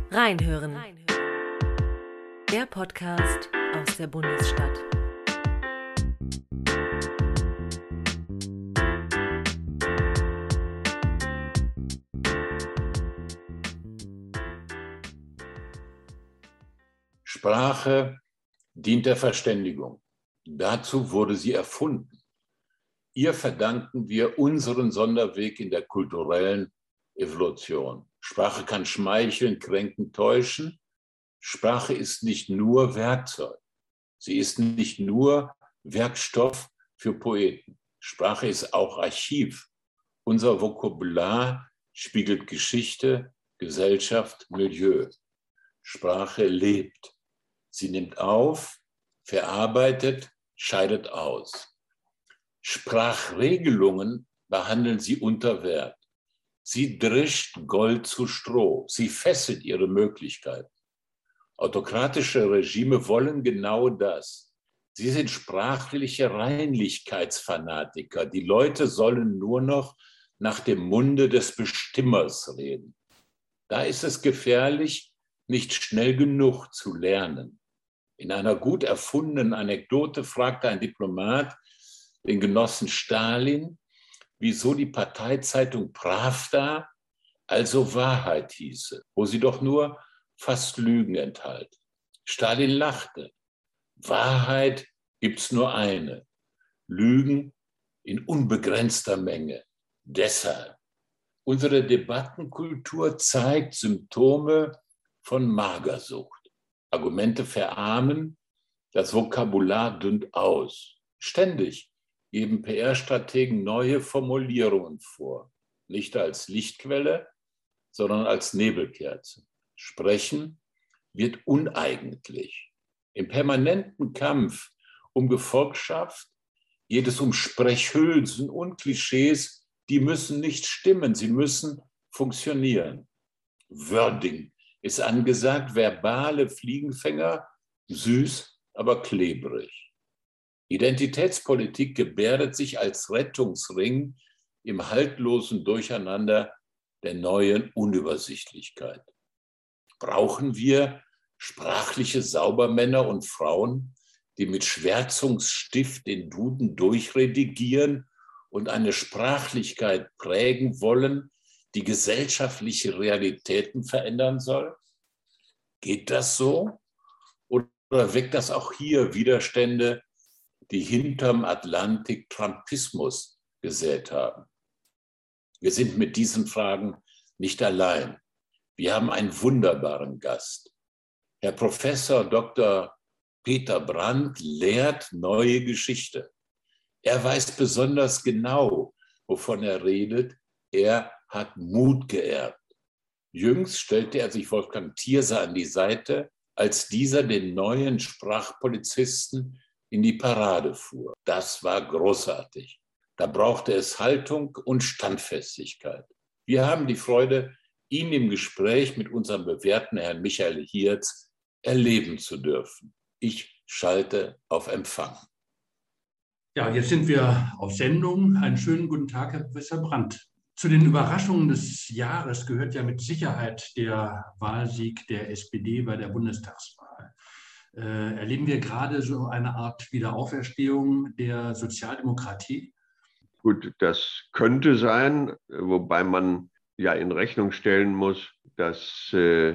Reinhören. Der Podcast aus der Bundesstadt. Sprache dient der Verständigung. Dazu wurde sie erfunden. Ihr verdanken wir unseren Sonderweg in der kulturellen Evolution. Sprache kann schmeicheln, kränken, täuschen. Sprache ist nicht nur Werkzeug. Sie ist nicht nur Werkstoff für Poeten. Sprache ist auch Archiv. Unser Vokabular spiegelt Geschichte, Gesellschaft, Milieu. Sprache lebt. Sie nimmt auf, verarbeitet, scheidet aus. Sprachregelungen behandeln sie unter Wert. Sie drischt Gold zu Stroh. Sie fesselt ihre Möglichkeiten. Autokratische Regime wollen genau das. Sie sind sprachliche Reinlichkeitsfanatiker. Die Leute sollen nur noch nach dem Munde des Bestimmers reden. Da ist es gefährlich, nicht schnell genug zu lernen. In einer gut erfundenen Anekdote fragte ein Diplomat den Genossen Stalin, wieso die Parteizeitung Pravda also Wahrheit hieße, wo sie doch nur fast Lügen enthalten. Stalin lachte. Wahrheit gibt's nur eine. Lügen in unbegrenzter Menge. Deshalb. Unsere Debattenkultur zeigt Symptome von Magersucht. Argumente verarmen, das Vokabular dünnt aus. Ständig geben PR-Strategen neue Formulierungen vor. Nicht als Lichtquelle, sondern als Nebelkerze. Sprechen wird uneigentlich. Im permanenten Kampf um Gefolgschaft geht es um Sprechhülsen und Klischees, die müssen nicht stimmen, sie müssen funktionieren. Wording ist angesagt, verbale Fliegenfänger, süß, aber klebrig. Identitätspolitik gebärdet sich als Rettungsring im haltlosen Durcheinander der neuen Unübersichtlichkeit. Brauchen wir sprachliche Saubermänner und Frauen, die mit Schwärzungsstift den Duden durchredigieren und eine Sprachlichkeit prägen wollen, die gesellschaftliche Realitäten verändern soll? Geht das so? Oder weckt das auch hier Widerstände, die hinterm Atlantik Trumpismus gesät haben? Wir sind mit diesen Fragen nicht allein. Wir haben einen wunderbaren Gast. Herr Professor Dr. Peter Brandt lehrt neue Geschichte. Er weiß besonders genau, wovon er redet. Er hat Mut geerbt. Jüngst stellte er sich Wolfgang Thierse an die Seite, als dieser den neuen Sprachpolizisten in die Parade fuhr. Das war großartig. Da brauchte es Haltung und Standfestigkeit. Wir haben die Freude, ihn im Gespräch mit unserem bewährten Herrn Michael Hirz erleben zu dürfen. Ich schalte auf Empfang. Ja, jetzt sind wir auf Sendung. Einen schönen guten Tag, Herr Professor Brandt. Zu den Überraschungen des Jahres gehört ja mit Sicherheit der Wahlsieg der SPD bei der Bundestagswahl. Erleben wir gerade so eine Art Wiederauferstehung der Sozialdemokratie? Gut, das könnte sein, wobei man ja in Rechnung stellen muss, dass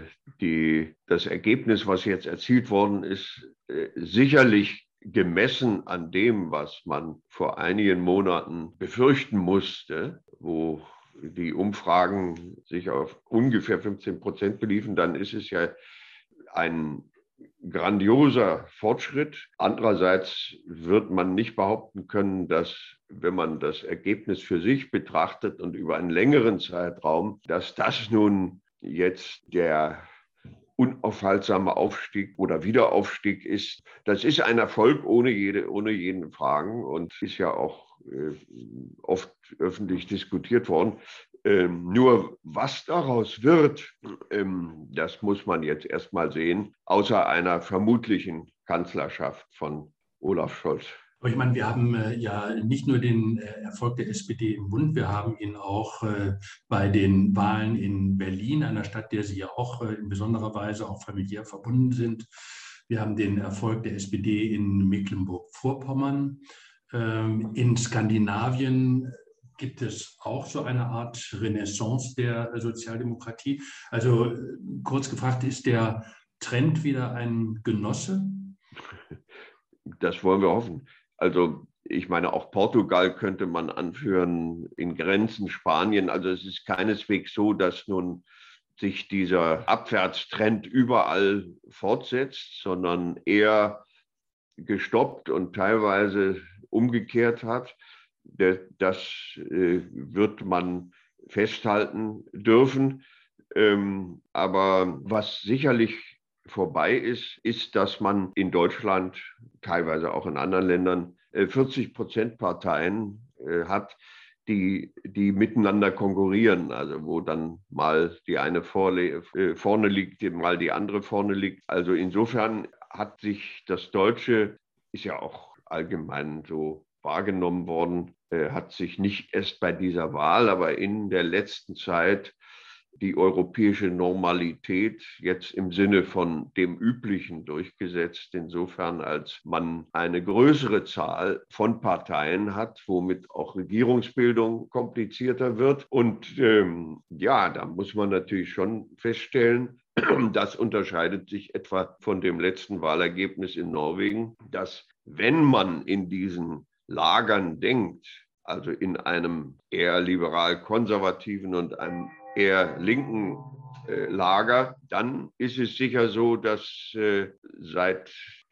das Ergebnis, was jetzt erzielt worden ist, sicherlich gemessen an dem, was man vor einigen Monaten befürchten musste, wo die Umfragen sich auf ungefähr 15% beliefen, dann ist es ja ein grandioser Fortschritt. Andererseits wird man nicht behaupten können, dass, wenn man das Ergebnis für sich betrachtet und über einen längeren Zeitraum, dass das nun jetzt der unaufhaltsame Aufstieg oder Wiederaufstieg ist. Das ist ein Erfolg ohne jeden Fragen und ist ja auch oft öffentlich diskutiert worden. Nur was daraus wird, das muss man jetzt erstmal sehen, außer einer vermutlichen Kanzlerschaft von Olaf Scholz. Aber ich meine, wir haben ja nicht nur den Erfolg der SPD im Bund, wir haben ihn auch bei den Wahlen in Berlin, einer Stadt, der Sie ja auch in besonderer Weise auch familiär verbunden sind. Wir haben den Erfolg der SPD in Mecklenburg-Vorpommern. In Skandinavien gibt es auch so eine Art Renaissance der Sozialdemokratie. Also kurz gefragt, ist der Trend wieder ein Genosse? Das wollen wir hoffen. Also ich meine, auch Portugal könnte man anführen, in Grenzen Spanien. Also es ist keineswegs so, dass nun sich dieser Abwärtstrend überall fortsetzt, sondern eher gestoppt und teilweise umgekehrt hat. Das wird man festhalten dürfen. Aber was sicherlich vorbei ist, ist, dass man in Deutschland, teilweise auch in anderen Ländern, 40% Parteien hat, die miteinander konkurrieren, also wo dann mal die eine vorne liegt, mal die andere vorne liegt. Also insofern hat sich das Deutsche, ist ja auch allgemein so wahrgenommen worden, hat sich nicht erst bei dieser Wahl, aber in der letzten Zeit die europäische Normalität jetzt im Sinne von dem Üblichen durchgesetzt, insofern als man eine größere Zahl von Parteien hat, womit auch Regierungsbildung komplizierter wird. Und ja, da muss man natürlich schon feststellen, das unterscheidet sich etwa von dem letzten Wahlergebnis in Norwegen, dass wenn man in diesen Lagern denkt, also in einem eher liberal-konservativen und einem eher linken Lager, dann ist es sicher so, dass seit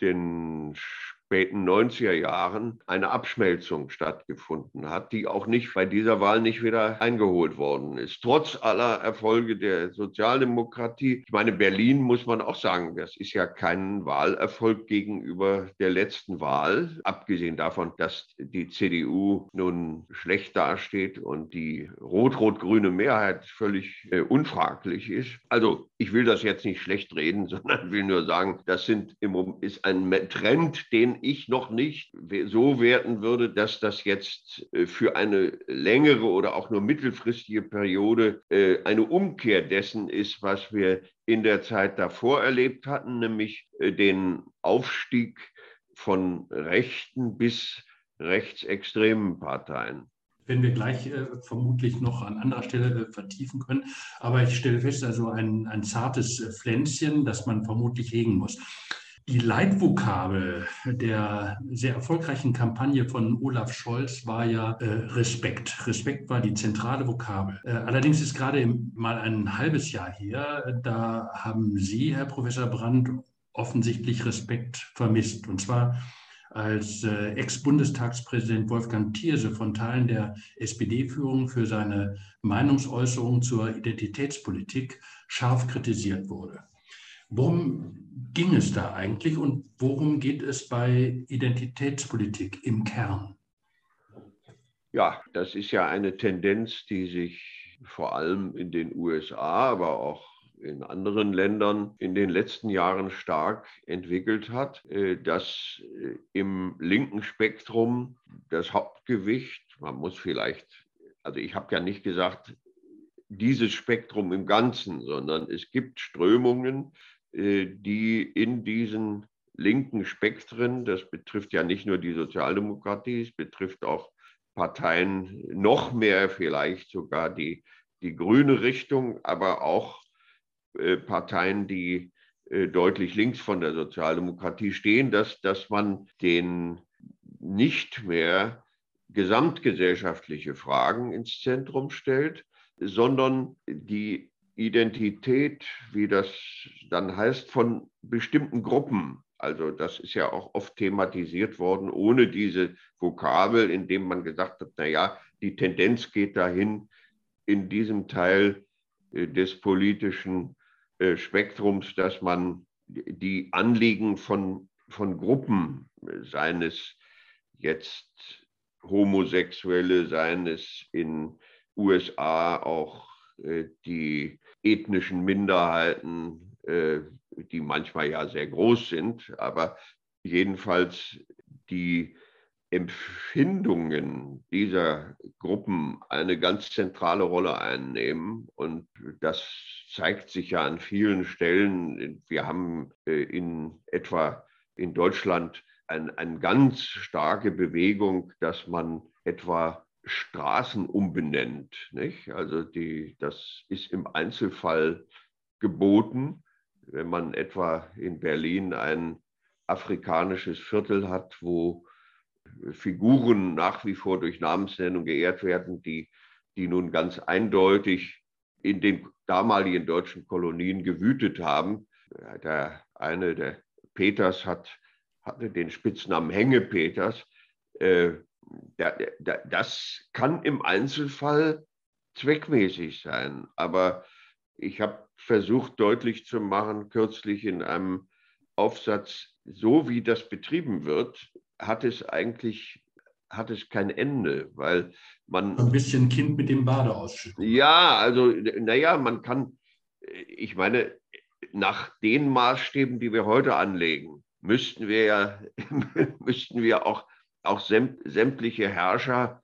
den späten 90er Jahren eine Abschmelzung stattgefunden hat, die auch nicht bei dieser Wahl nicht wieder eingeholt worden ist. Trotz aller Erfolge der Sozialdemokratie. Ich meine, Berlin muss man auch sagen, das ist ja kein Wahlerfolg gegenüber der letzten Wahl, abgesehen davon, dass die CDU nun schlecht dasteht und die rot-rot-grüne Mehrheit völlig unfraglich ist. Also ich will das jetzt nicht schlecht reden, sondern will nur sagen, das ist ein Trend, den ich noch nicht so werten würde, dass das jetzt für eine längere oder auch nur mittelfristige Periode eine Umkehr dessen ist, was wir in der Zeit davor erlebt hatten, nämlich den Aufstieg von rechten bis rechtsextremen Parteien. Werden wir gleich vermutlich noch an anderer Stelle vertiefen können. Aber ich stelle fest, also ein zartes Pflänzchen, das man vermutlich hegen muss. Die Leitvokabel der sehr erfolgreichen Kampagne von Olaf Scholz war ja Respekt. Respekt war die zentrale Vokabel. Allerdings ist gerade mal ein halbes Jahr her, da haben Sie, Herr Professor Brandt, offensichtlich Respekt vermisst. Und zwar als Ex-Bundestagspräsident Wolfgang Thierse von Teilen der SPD-Führung für seine Meinungsäußerung zur Identitätspolitik scharf kritisiert wurde. Worum ging es da eigentlich und worum geht es bei Identitätspolitik im Kern? Ja, das ist ja eine Tendenz, die sich vor allem in den USA, aber auch in anderen Ländern in den letzten Jahren stark entwickelt hat, dass im linken Spektrum das Hauptgewicht, man muss vielleicht, also ich habe ja nicht gesagt, dieses Spektrum im Ganzen, sondern es gibt Strömungen, die in diesen linken Spektren, das betrifft ja nicht nur die Sozialdemokratie, es betrifft auch Parteien, noch mehr vielleicht sogar die grüne Richtung, aber auch Parteien, die deutlich links von der Sozialdemokratie stehen, dass man den nicht mehr gesamtgesellschaftliche Fragen ins Zentrum stellt, sondern die Identität, wie das dann heißt, von bestimmten Gruppen. Also das ist ja auch oft thematisiert worden, ohne diese Vokabel, indem man gesagt hat, naja, die Tendenz geht dahin, in diesem Teil des politischen Spektrums, dass man die Anliegen von Gruppen, seien es jetzt Homosexuelle, seien es in USA auch die ethnischen Minderheiten, die manchmal ja sehr groß sind, aber jedenfalls die Empfindungen dieser Gruppen eine ganz zentrale Rolle einnehmen. Und das zeigt sich ja an vielen Stellen. Wir haben etwa in Deutschland eine ganz starke Bewegung, dass man etwa Straßen umbenennt. Nicht? Also das ist im Einzelfall geboten. Wenn man etwa in Berlin ein afrikanisches Viertel hat, wo Figuren nach wie vor durch Namensnennung geehrt werden, die nun ganz eindeutig in den damaligen deutschen Kolonien gewütet haben. Der Peters hatte den Spitznamen Hänge-Peters. Das kann im Einzelfall zweckmäßig sein. Aber ich habe versucht deutlich zu machen, kürzlich in einem Aufsatz, so wie das betrieben wird, hat es kein Ende, weil man... Ein bisschen Kind mit dem Bade ausschütten. Ja, also, naja, man kann, ich meine, nach den Maßstäben, die wir heute anlegen, müssten wir auch sämtliche Herrscher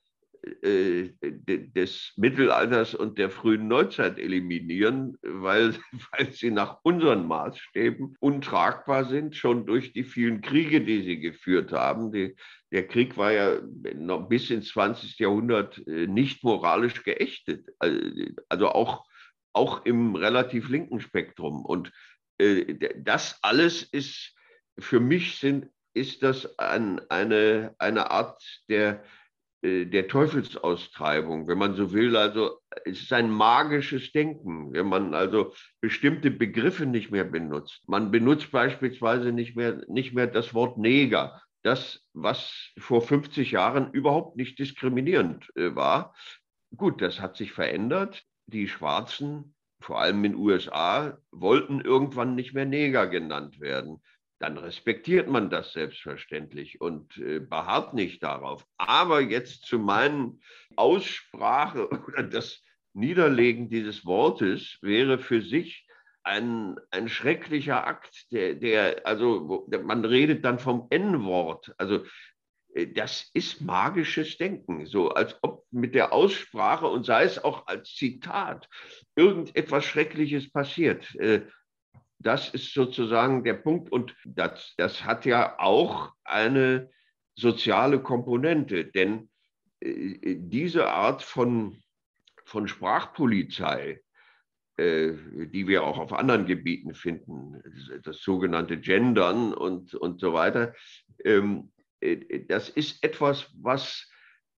des Mittelalters und der frühen Neuzeit eliminieren, weil sie nach unseren Maßstäben untragbar sind, schon durch die vielen Kriege, die sie geführt haben. Der Krieg war ja noch bis ins 20. Jahrhundert nicht moralisch geächtet, also auch im relativ linken Spektrum. Und das alles ist, für mich ist das eine Art der Teufelsaustreibung, wenn man so will. Also es ist ein magisches Denken, wenn man also bestimmte Begriffe nicht mehr benutzt. Man benutzt beispielsweise nicht mehr das Wort Neger, das, was vor 50 Jahren überhaupt nicht diskriminierend war. Gut, das hat sich verändert. Die Schwarzen, vor allem in den USA, wollten irgendwann nicht mehr Neger genannt werden. Dann respektiert man das selbstverständlich und beharrt nicht darauf. Aber jetzt zu meinen Aussprache oder das Niederlegen dieses Wortes wäre für sich ein schrecklicher Akt, also man redet dann vom N-Wort. Also das ist magisches Denken, so als ob mit der Aussprache und sei es auch als Zitat irgendetwas Schreckliches passiert. Das ist sozusagen der Punkt und das hat ja auch eine soziale Komponente, denn diese Art von Sprachpolizei, die wir auch auf anderen Gebieten finden, das sogenannte Gendern und so weiter, das ist etwas, was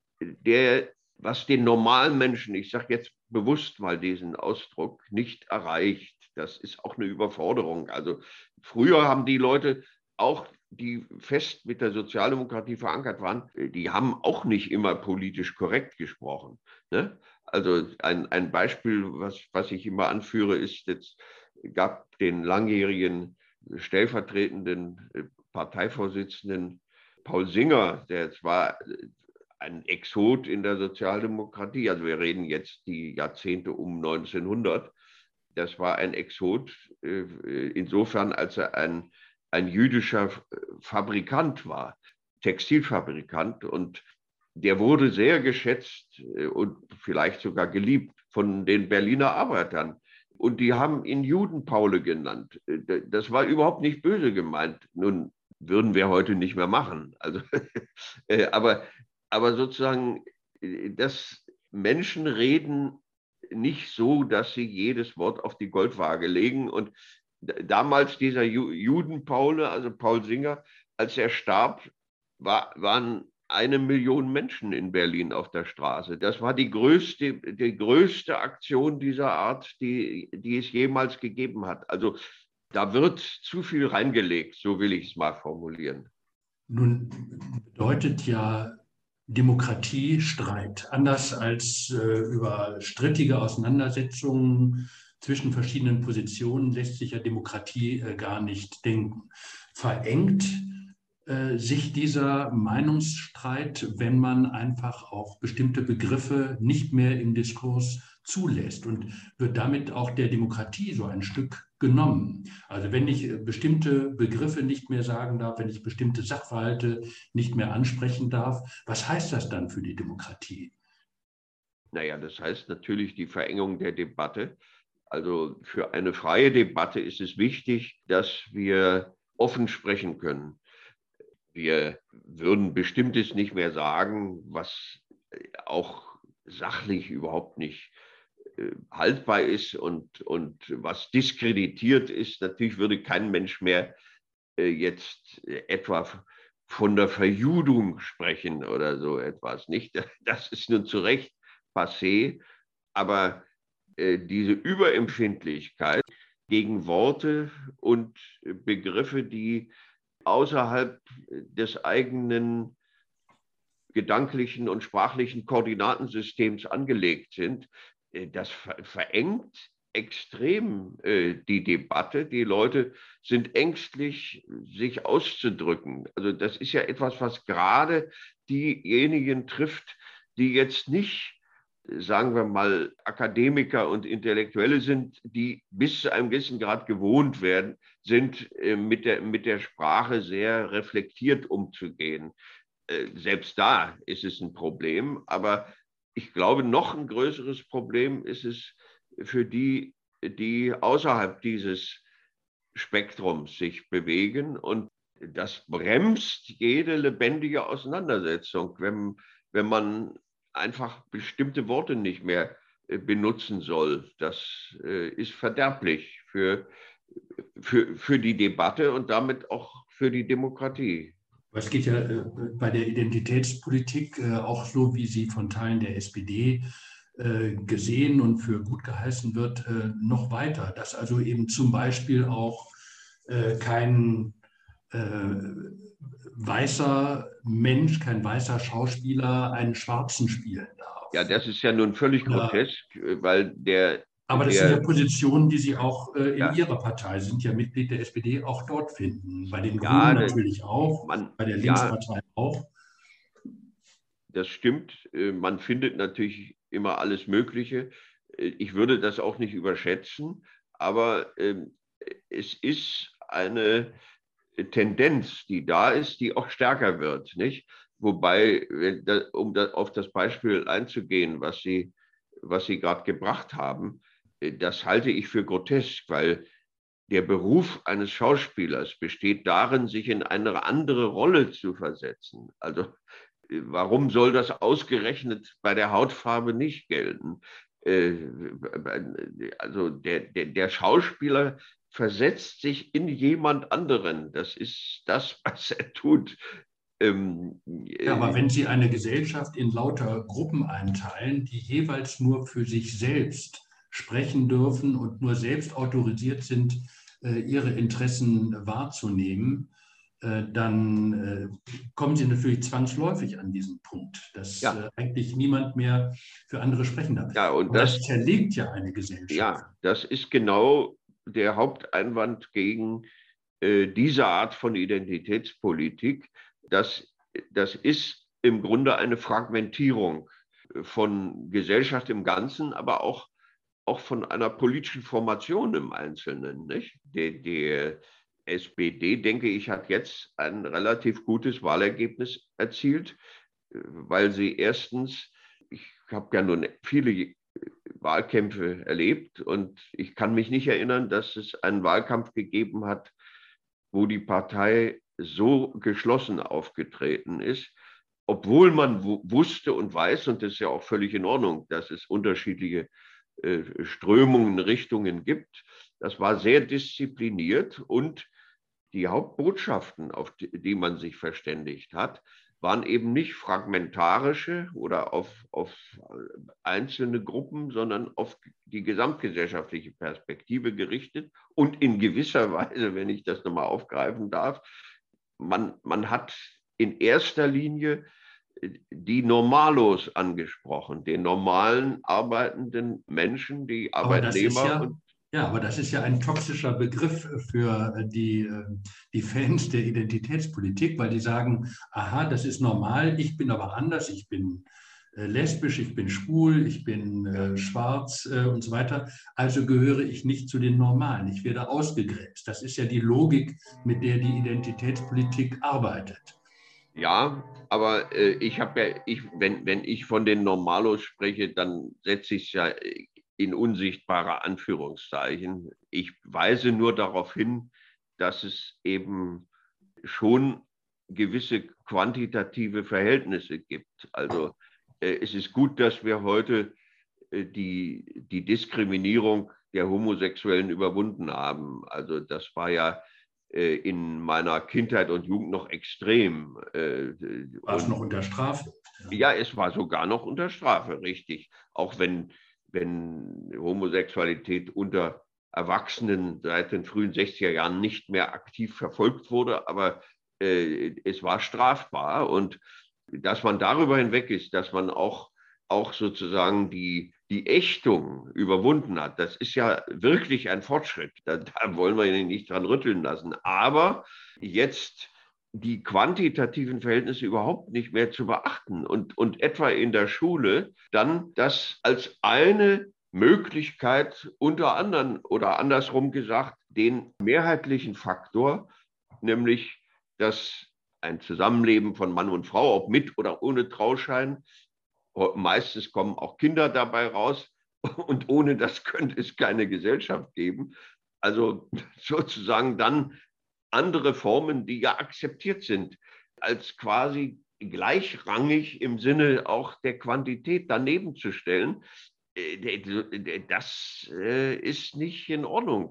den normalen Menschen, ich sage jetzt bewusst mal diesen Ausdruck, nicht erreicht. Das ist auch eine Überforderung. Also früher haben die Leute auch, die fest mit der Sozialdemokratie verankert waren, die haben auch nicht immer politisch korrekt gesprochen. Ne? Also ein Beispiel, was ich immer anführe, ist, jetzt gab den langjährigen stellvertretenden Parteivorsitzenden Paul Singer, der zwar ein Exot in der Sozialdemokratie, also wir reden jetzt die Jahrzehnte um 1900, das war ein Exot insofern, als er ein jüdischer Fabrikant war, Textilfabrikant, und der wurde sehr geschätzt und vielleicht sogar geliebt von den Berliner Arbeitern. Und die haben ihn Judenpaule genannt. Das war überhaupt nicht böse gemeint. Nun würden wir heute nicht mehr machen. Also, aber sozusagen, dass Menschen reden nicht so, dass sie jedes Wort auf die Goldwaage legen. Und damals dieser Judenpaule, also Paul Singer, als er starb, waren 1 Million Menschen in Berlin auf der Straße. Das war die größte Aktion dieser Art, die es jemals gegeben hat. Also da wird zu viel reingelegt, so will ich es mal formulieren. Nun bedeutet ja Demokratie Streit. Anders als über strittige Auseinandersetzungen zwischen verschiedenen Positionen lässt sich ja Demokratie gar nicht denken. Verengt sich dieser Meinungsstreit, wenn man einfach auch bestimmte Begriffe nicht mehr im Diskurs zulässt, und wird damit auch der Demokratie so ein Stück genommen. Also wenn ich bestimmte Begriffe nicht mehr sagen darf, wenn ich bestimmte Sachverhalte nicht mehr ansprechen darf, was heißt das dann für die Demokratie? Naja, das heißt natürlich die Verengung der Debatte. Also für eine freie Debatte ist es wichtig, dass wir offen sprechen können. Wir würden Bestimmtes nicht mehr sagen, was auch sachlich überhaupt nicht haltbar ist und was diskreditiert ist. Natürlich würde kein Mensch mehr jetzt etwa von der Verjudung sprechen oder so etwas. Nicht? Das ist nun zu Recht passé, aber diese Überempfindlichkeit gegen Worte und Begriffe, die außerhalb des eigenen gedanklichen und sprachlichen Koordinatensystems angelegt sind, das verengt extrem die Debatte. Die Leute sind ängstlich, sich auszudrücken. Also das ist ja etwas, was gerade diejenigen trifft, die jetzt nicht, sagen wir mal, Akademiker und Intellektuelle sind, die bis zu einem gewissen Grad gewohnt sind, mit der Sprache sehr reflektiert umzugehen. Selbst da ist es ein Problem, aber ich glaube, noch ein größeres Problem ist es für die, die außerhalb dieses Spektrums sich bewegen. Und das bremst jede lebendige Auseinandersetzung, wenn man einfach bestimmte Worte nicht mehr benutzen soll. Das ist verderblich für die Debatte und damit auch für die Demokratie. Es geht ja bei der Identitätspolitik auch so, wie sie von Teilen der SPD gesehen und für gut geheißen wird, noch weiter. Dass also eben zum Beispiel auch kein weißer Mensch, kein weißer Schauspieler einen Schwarzen spielen darf. Ja, das ist ja nun völlig grotesk, weil aber das sind ja Positionen, die Sie auch in Ihrer Partei, sind ja Mitglied der SPD, auch dort finden. Bei den Grünen natürlich auch, bei der Linkspartei auch. Das stimmt. Man findet natürlich immer alles Mögliche. Ich würde das auch nicht überschätzen, aber es ist eine Tendenz, die da ist, die auch stärker wird, nicht? Wobei, um auf das Beispiel einzugehen, was Sie gerade gebracht haben, das halte ich für grotesk, weil der Beruf eines Schauspielers besteht darin, sich in eine andere Rolle zu versetzen. Also warum soll das ausgerechnet bei der Hautfarbe nicht gelten? Also der Schauspieler versetzt sich in jemand anderen. Das ist das, was er tut. Ja, aber wenn Sie eine Gesellschaft in lauter Gruppen einteilen, die jeweils nur für sich selbst sprechen dürfen und nur selbst autorisiert sind, ihre Interessen wahrzunehmen, dann kommen Sie natürlich zwangsläufig an diesen Punkt, dass eigentlich niemand mehr für andere sprechen darf. Ja, und das zerlegt ja eine Gesellschaft. Ja, das ist genau der Haupteinwand gegen diese Art von Identitätspolitik. Das ist im Grunde eine Fragmentierung von Gesellschaft im Ganzen, aber auch von einer politischen Formation im Einzelnen. Nicht? Die SPD, denke ich, hat jetzt ein relativ gutes Wahlergebnis erzielt, weil sie erstens, ich habe ja nun viele Wahlkämpfe erlebt und ich kann mich nicht erinnern, dass es einen Wahlkampf gegeben hat, wo die Partei so geschlossen aufgetreten ist, obwohl man wusste und weiß, und das ist ja auch völlig in Ordnung, dass es unterschiedliche Strömungen, Richtungen gibt. Das war sehr diszipliniert und die Hauptbotschaften, auf die man sich verständigt hat, waren eben nicht fragmentarische oder auf einzelne Gruppen, sondern auf die gesamtgesellschaftliche Perspektive gerichtet und in gewisser Weise, wenn ich das nochmal aufgreifen darf, man hat in erster Linie die Normalos angesprochen, den normalen arbeitenden Menschen, die Arbeitnehmer. Aber das ist ja ein toxischer Begriff für die Fans der Identitätspolitik, weil die sagen, aha, das ist normal, ich bin aber anders, ich bin lesbisch, ich bin schwul, ich bin schwarz und so weiter. Also gehöre ich nicht zu den Normalen. Ich werde ausgegrenzt. Das ist ja die Logik, mit der die Identitätspolitik arbeitet. Ja, aber wenn ich von den Normalos spreche, dann setze ich es ja in unsichtbare Anführungszeichen. Ich weise nur darauf hin, dass es eben schon gewisse quantitative Verhältnisse gibt. Also es ist gut, dass wir heute die Diskriminierung der Homosexuellen überwunden haben. Also das war ja in meiner Kindheit und Jugend noch extrem. War es noch unter Strafe? Ja, es war sogar noch unter Strafe, richtig. Auch wenn Homosexualität unter Erwachsenen seit den frühen 60er Jahren nicht mehr aktiv verfolgt wurde, aber es war strafbar. Und dass man darüber hinweg ist, dass man auch sozusagen die Ächtung überwunden hat, das ist ja wirklich ein Fortschritt. Da wollen wir ihn nicht dran rütteln lassen. Aber jetzt die quantitativen Verhältnisse überhaupt nicht mehr zu beachten und etwa in der Schule dann das als eine Möglichkeit unter anderem oder andersrum gesagt, den mehrheitlichen Faktor, nämlich dass ein Zusammenleben von Mann und Frau, ob mit oder ohne Trauschein, meistens kommen auch Kinder dabei raus und ohne das könnte es keine Gesellschaft geben. Also sozusagen dann andere Formen, die ja akzeptiert sind, als quasi gleichrangig im Sinne auch der Quantität daneben zu stellen, das ist nicht in Ordnung.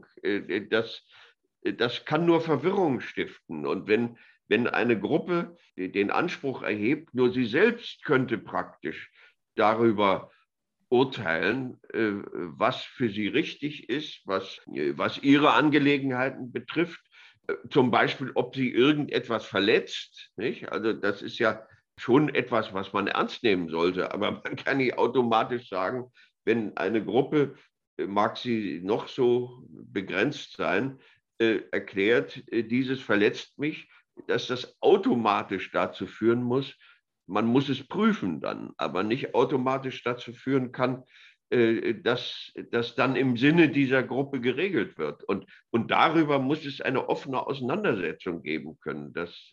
Das kann nur Verwirrung stiften. Und wenn eine Gruppe den Anspruch erhebt, nur sie selbst könnte praktisch darüber urteilen, was für sie richtig ist, was ihre Angelegenheiten betrifft, zum Beispiel, ob sie irgendetwas verletzt, nicht? Also das ist ja schon etwas, was man ernst nehmen sollte, aber man kann nicht automatisch sagen, wenn eine Gruppe, mag sie noch so begrenzt sein, erklärt, dieses verletzt mich, dass das automatisch dazu führen muss, man muss es prüfen dann, aber nicht automatisch dazu führen kann, dass das dann im Sinne dieser Gruppe geregelt wird. Und darüber muss es eine offene Auseinandersetzung geben können. Das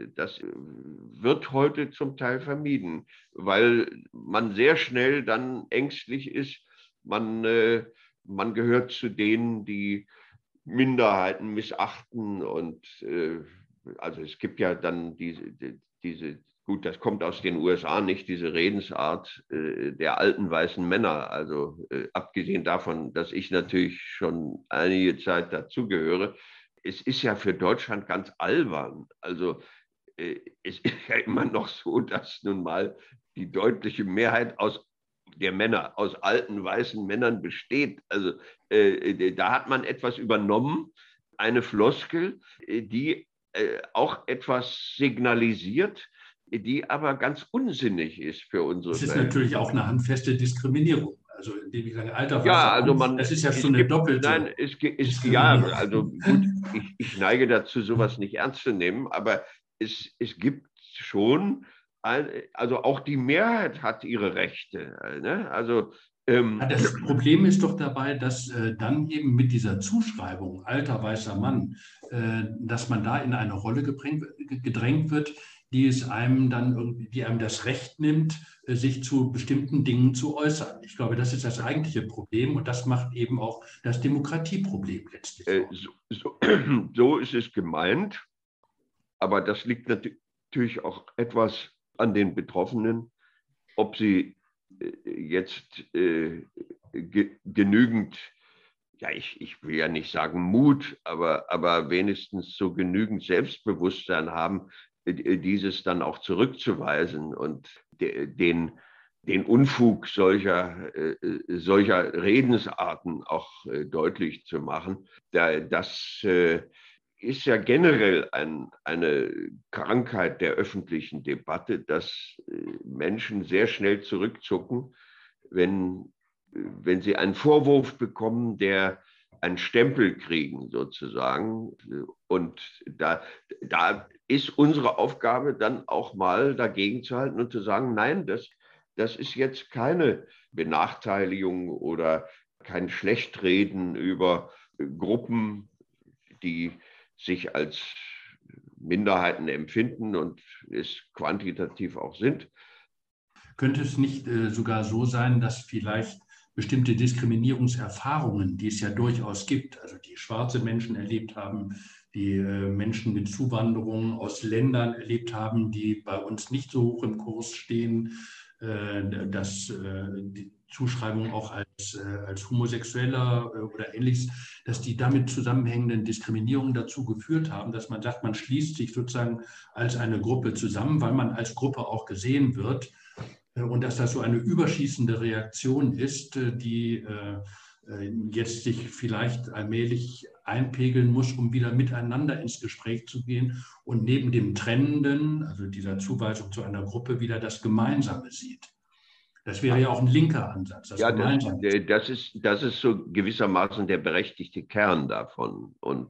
wird heute zum Teil vermieden, weil man sehr schnell dann ängstlich ist. Man gehört zu denen, die Minderheiten missachten. Und also es gibt ja dann diese gut, das kommt aus den USA nicht, diese Redensart der alten weißen Männer. Also abgesehen davon, dass ich natürlich schon einige Zeit dazugehöre. Es ist ja für Deutschland ganz albern. Also es ist ja immer noch so, dass nun mal die deutliche Mehrheit der Männer aus alten weißen Männern besteht. Also da hat man etwas übernommen, eine Floskel, die auch etwas signalisiert, die aber ganz unsinnig ist für unsere Welt. Das ist natürlich auch eine handfeste Diskriminierung. Also indem ich sage, Alter, ja, also das ist ja schon eine doppelte. Nein, ja, also gut, ich neige dazu, sowas nicht ernst zu nehmen, aber es gibt schon, also auch die Mehrheit hat ihre Rechte. Ne? Also das Problem ist doch dabei, dass dann eben mit dieser Zuschreibung alter weißer Mann, dass man da in eine Rolle gedrängt wird, die einem das Recht nimmt, sich zu bestimmten Dingen zu äußern. Ich glaube, das ist das eigentliche Problem und das macht eben auch das Demokratieproblem letztlich. So ist es gemeint, aber das liegt natürlich auch etwas an den Betroffenen, ob sie jetzt genügend, ja, ich will ja nicht sagen Mut, aber wenigstens so genügend Selbstbewusstsein haben, dieses dann auch zurückzuweisen und den Unfug solcher Redensarten auch deutlich zu machen. Das ist ja generell eine Krankheit der öffentlichen Debatte, dass Menschen sehr schnell zurückzucken, wenn sie einen Vorwurf bekommen, der einen Stempel kriegen sozusagen. Und da ist unsere Aufgabe dann auch mal dagegen zu halten und zu sagen, nein, das ist jetzt keine Benachteiligung oder kein Schlechtreden über Gruppen, die sich als Minderheiten empfinden und es quantitativ auch sind. Könnte es nicht sogar so sein, dass vielleicht bestimmte Diskriminierungserfahrungen, die es ja durchaus gibt, also die schwarze Menschen erlebt haben, die Menschen mit Zuwanderung aus Ländern erlebt haben, die bei uns nicht so hoch im Kurs stehen, dass die Zuschreibung auch als Homosexueller oder ähnliches, dass die damit zusammenhängenden Diskriminierungen dazu geführt haben, dass man sagt, man schließt sich sozusagen als eine Gruppe zusammen, weil man als Gruppe auch gesehen wird. Und dass das so eine überschießende Reaktion ist, die jetzt sich vielleicht allmählich einpegeln muss, um wieder miteinander ins Gespräch zu gehen und neben dem Trennenden, also dieser Zuweisung zu einer Gruppe, wieder das Gemeinsame sieht. Das wäre ja auch ein linker Ansatz. Das ist so gewissermaßen der berechtigte Kern davon. Und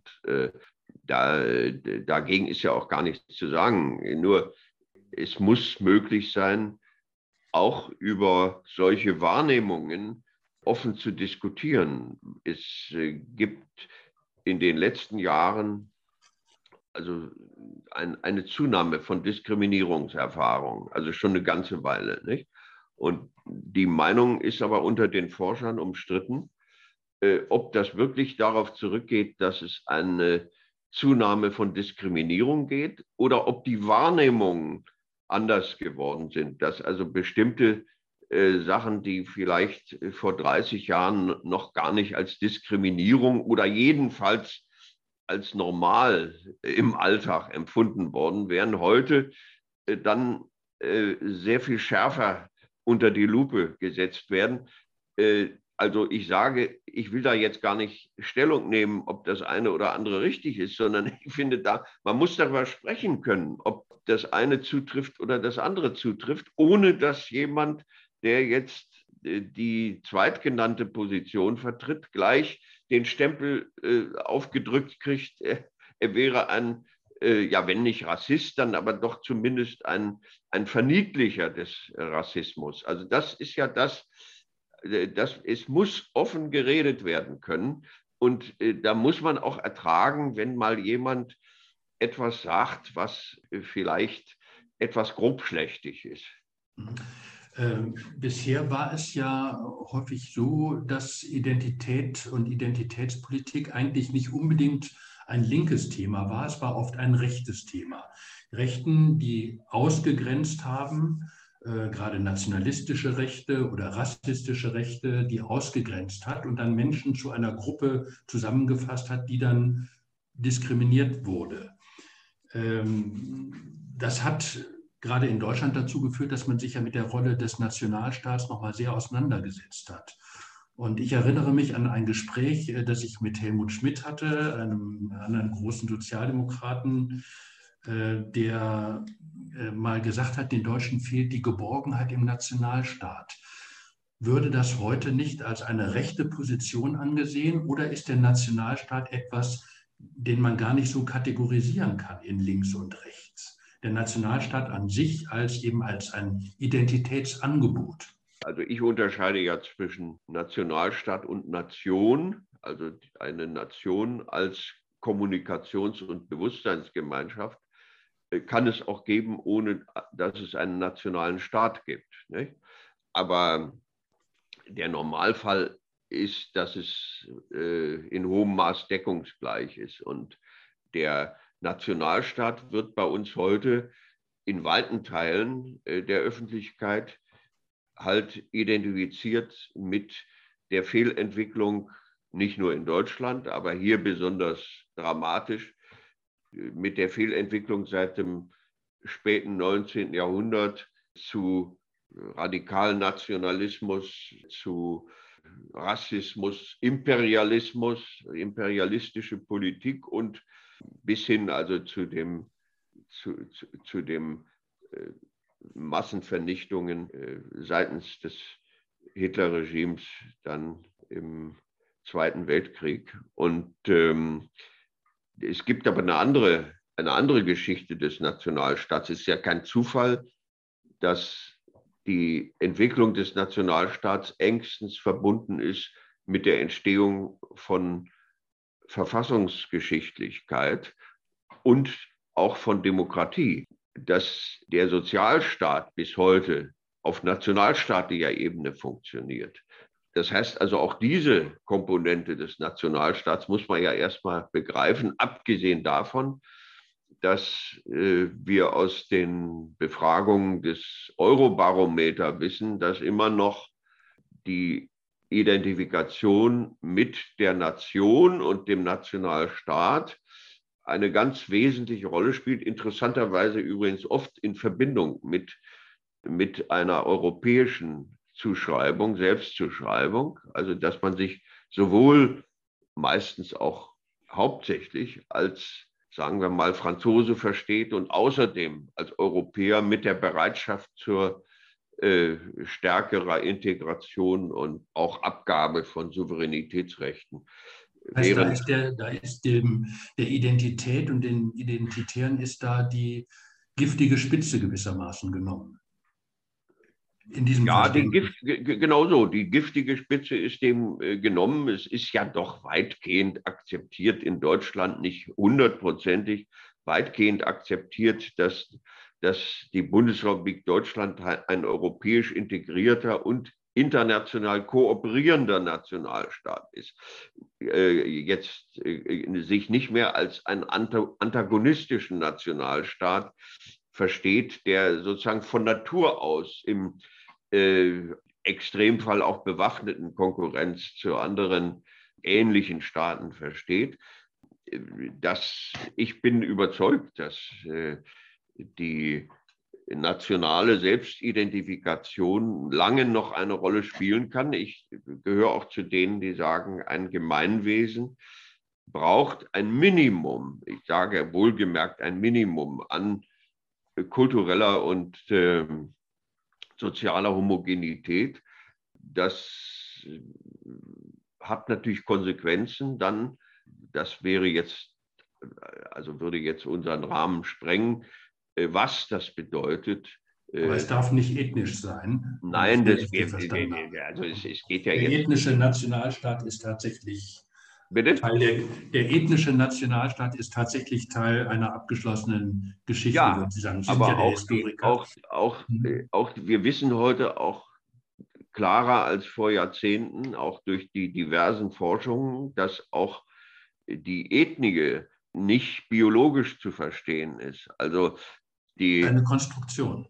dagegen ist ja auch gar nichts zu sagen. Nur es muss möglich sein, auch über solche Wahrnehmungen offen zu diskutieren. Es gibt in den letzten Jahren also eine Zunahme von Diskriminierungserfahrungen, also schon eine ganze Weile, nicht? Und die Meinung ist aber unter den Forschern umstritten, ob das wirklich darauf zurückgeht, dass es eine Zunahme von Diskriminierung geht oder ob die Wahrnehmungen anders geworden sind, dass also bestimmte Sachen, die vielleicht vor 30 Jahren noch gar nicht als Diskriminierung oder jedenfalls als normal im Alltag empfunden worden wären, heute dann sehr viel schärfer unter die Lupe gesetzt werden. Also ich sage, ich will da jetzt gar nicht Stellung nehmen, ob das eine oder andere richtig ist, sondern ich finde, man muss darüber sprechen können, ob das eine zutrifft oder das andere zutrifft, ohne dass jemand, der jetzt die zweitgenannte Position vertritt, gleich den Stempel aufgedrückt kriegt, er wäre ein, ja wenn nicht Rassist, dann aber doch zumindest ein Verniedlicher des Rassismus. Also das ist ja es muss offen geredet werden können und da muss man auch ertragen, wenn mal jemand etwas sagt, was vielleicht etwas grobschlächtig ist. Bisher war es ja häufig so, dass Identität und Identitätspolitik eigentlich nicht unbedingt ein linkes Thema war. Es war oft ein rechtes Thema. Rechten, die ausgegrenzt haben, gerade nationalistische Rechte oder rassistische Rechte, die ausgegrenzt hat und dann Menschen zu einer Gruppe zusammengefasst hat, die dann diskriminiert wurde. Das hat gerade in Deutschland dazu geführt, dass man sich ja mit der Rolle des Nationalstaats noch mal sehr auseinandergesetzt hat. Und ich erinnere mich an ein Gespräch, das ich mit Helmut Schmidt hatte, einem anderen großen Sozialdemokraten, der mal gesagt hat, den Deutschen fehlt die Geborgenheit im Nationalstaat. Würde das heute nicht als eine rechte Position angesehen oder ist der Nationalstaat etwas, den man gar nicht so kategorisieren kann in links und rechts? Der Nationalstaat an sich als ein Identitätsangebot. Also ich unterscheide ja zwischen Nationalstaat und Nation, also eine Nation als Kommunikations- und Bewusstseinsgemeinschaft kann es auch geben, ohne dass es einen nationalen Staat gibt, nicht? Aber der Normalfall ist, dass es in hohem Maß deckungsgleich ist. Und der Nationalstaat wird bei uns heute in weiten Teilen der Öffentlichkeit halt identifiziert mit der Fehlentwicklung, nicht nur in Deutschland, aber hier besonders dramatisch, mit der Fehlentwicklung seit dem späten 19. Jahrhundert zu radikalen Nationalismus, zu Rassismus, imperialistische Politik und bis hin also zu dem Massenvernichtungen seitens des Hitlerregimes dann im Zweiten Weltkrieg. Und es gibt aber eine andere Geschichte des Nationalstaats. Es ist ja kein Zufall, dass die Entwicklung des Nationalstaats engstens verbunden ist mit der Entstehung von Verfassungsgeschichtlichkeit und auch von Demokratie. Dass der Sozialstaat bis heute auf nationalstaatlicher Ebene funktioniert. Das heißt also, auch diese Komponente des Nationalstaats muss man ja erstmal begreifen, abgesehen davon, dass wir aus den Befragungen des Eurobarometer wissen, dass immer noch die Identifikation mit der Nation und dem Nationalstaat eine ganz wesentliche Rolle spielt, interessanterweise übrigens oft in Verbindung mit einer europäischen Zuschreibung, Selbstzuschreibung, also dass man sich sowohl meistens auch hauptsächlich als, sagen wir mal, Franzose versteht und außerdem als Europäer mit der Bereitschaft zur stärkerer Integration und auch Abgabe von Souveränitätsrechten. Also da ist der Identität und den Identitären ist da die giftige Spitze gewissermaßen genommen. In diesem genau so. Die giftige Spitze ist dem genommen. Es ist ja doch weitgehend akzeptiert in Deutschland, nicht hundertprozentig, weitgehend akzeptiert, dass die Bundesrepublik Deutschland ein europäisch integrierter und international kooperierender Nationalstaat ist. Jetzt sich nicht mehr als einen antagonistischen Nationalstaat versteht, der sozusagen von Natur aus im Extremfall auch bewaffneten Konkurrenz zu anderen ähnlichen Staaten versteht. Ich bin überzeugt, dass die nationale Selbstidentifikation lange noch eine Rolle spielen kann. Ich gehöre auch zu denen, die sagen, ein Gemeinwesen braucht ein Minimum, ich sage wohlgemerkt ein Minimum an kultureller und sozialer Homogenität. Das hat natürlich Konsequenzen dann, das wäre jetzt, also würde jetzt unseren Rahmen sprengen, was das bedeutet. Aber es darf nicht ethnisch sein. Nein, es geht ja der jetzt. Der ethnische Nationalstaat ist tatsächlich Bitte? Der ethnische Nationalstaat ist tatsächlich Teil einer abgeschlossenen Geschichte, ja, würde ich sagen. Sie aber sind ja der Historiker. Wir wissen heute auch klarer als vor Jahrzehnten, auch durch die diversen Forschungen, dass auch die Ethnie nicht biologisch zu verstehen ist. Also eine Konstruktion.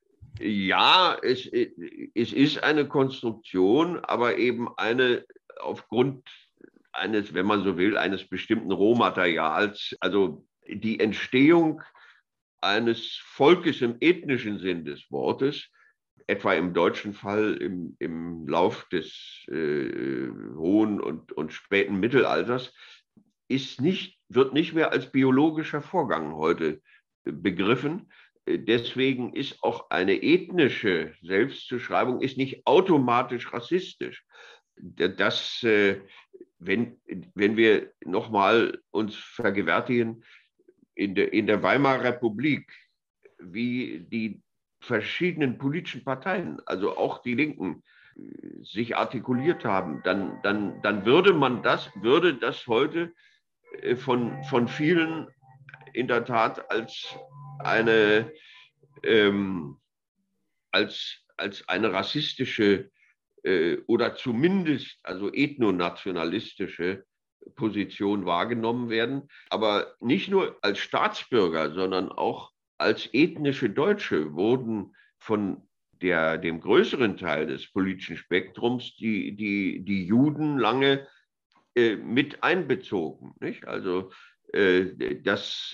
Ja, es ist eine Konstruktion, aber eben eine aufgrund eines, wenn man so will, eines bestimmten Rohmaterials. Also die Entstehung eines Volkes im ethnischen Sinn des Wortes, etwa im deutschen Fall im Lauf des hohen und späten Mittelalters, wird nicht mehr als biologischer Vorgang heute begriffen. Deswegen ist auch eine ethnische Selbstzuschreibung ist nicht automatisch rassistisch. Das, wenn wir nochmal uns vergewärtigen, in der Weimarer Republik, wie die verschiedenen politischen Parteien, also auch die Linken, sich artikuliert haben, dann würde das heute von vielen in der Tat als eine rassistische oder zumindest also ethnonationalistische Position wahrgenommen werden, aber nicht nur als Staatsbürger, sondern auch als ethnische Deutsche wurden von dem größeren Teil des politischen Spektrums die Juden lange mit einbezogen. Nicht? Also das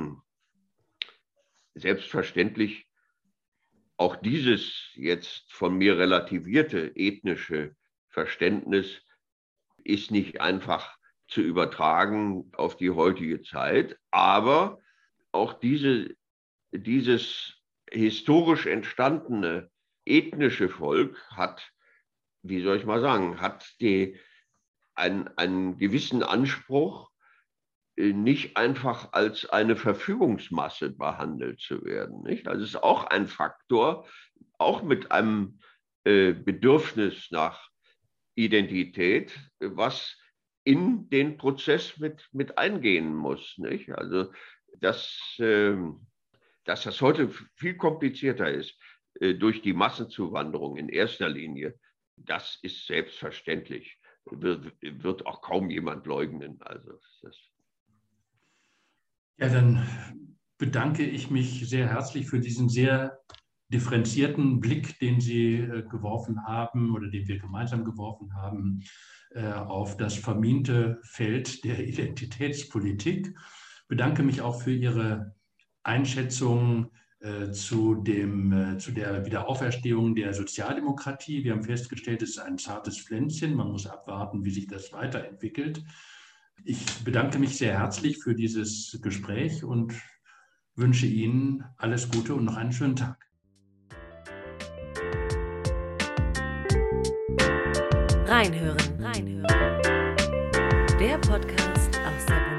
selbstverständlich auch dieses jetzt von mir relativierte ethnische Verständnis ist nicht einfach zu übertragen auf die heutige Zeit, aber auch dieses historisch entstandene ethnische Volk hat, wie soll ich mal sagen, hat einen gewissen Anspruch, nicht einfach als eine Verfügungsmasse behandelt zu werden. Nicht? Also es ist auch ein Faktor, auch mit einem Bedürfnis nach Identität, was in den Prozess mit eingehen muss. Nicht? Also dass das heute viel komplizierter ist durch die Massenzuwanderung in erster Linie, das ist selbstverständlich. Wird auch kaum jemand leugnen. Also ja, dann bedanke ich mich sehr herzlich für diesen sehr differenzierten Blick, den Sie geworfen haben oder den wir gemeinsam geworfen haben auf das verminte Feld der Identitätspolitik. Ich bedanke mich auch für Ihre Einschätzung zu der Wiederauferstehung der Sozialdemokratie. Wir haben festgestellt, es ist ein zartes Pflänzchen. Man muss abwarten, wie sich das weiterentwickelt. Ich bedanke mich sehr herzlich für dieses Gespräch und wünsche Ihnen alles Gute und noch einen schönen Tag. Reinhören. Der Podcast aus der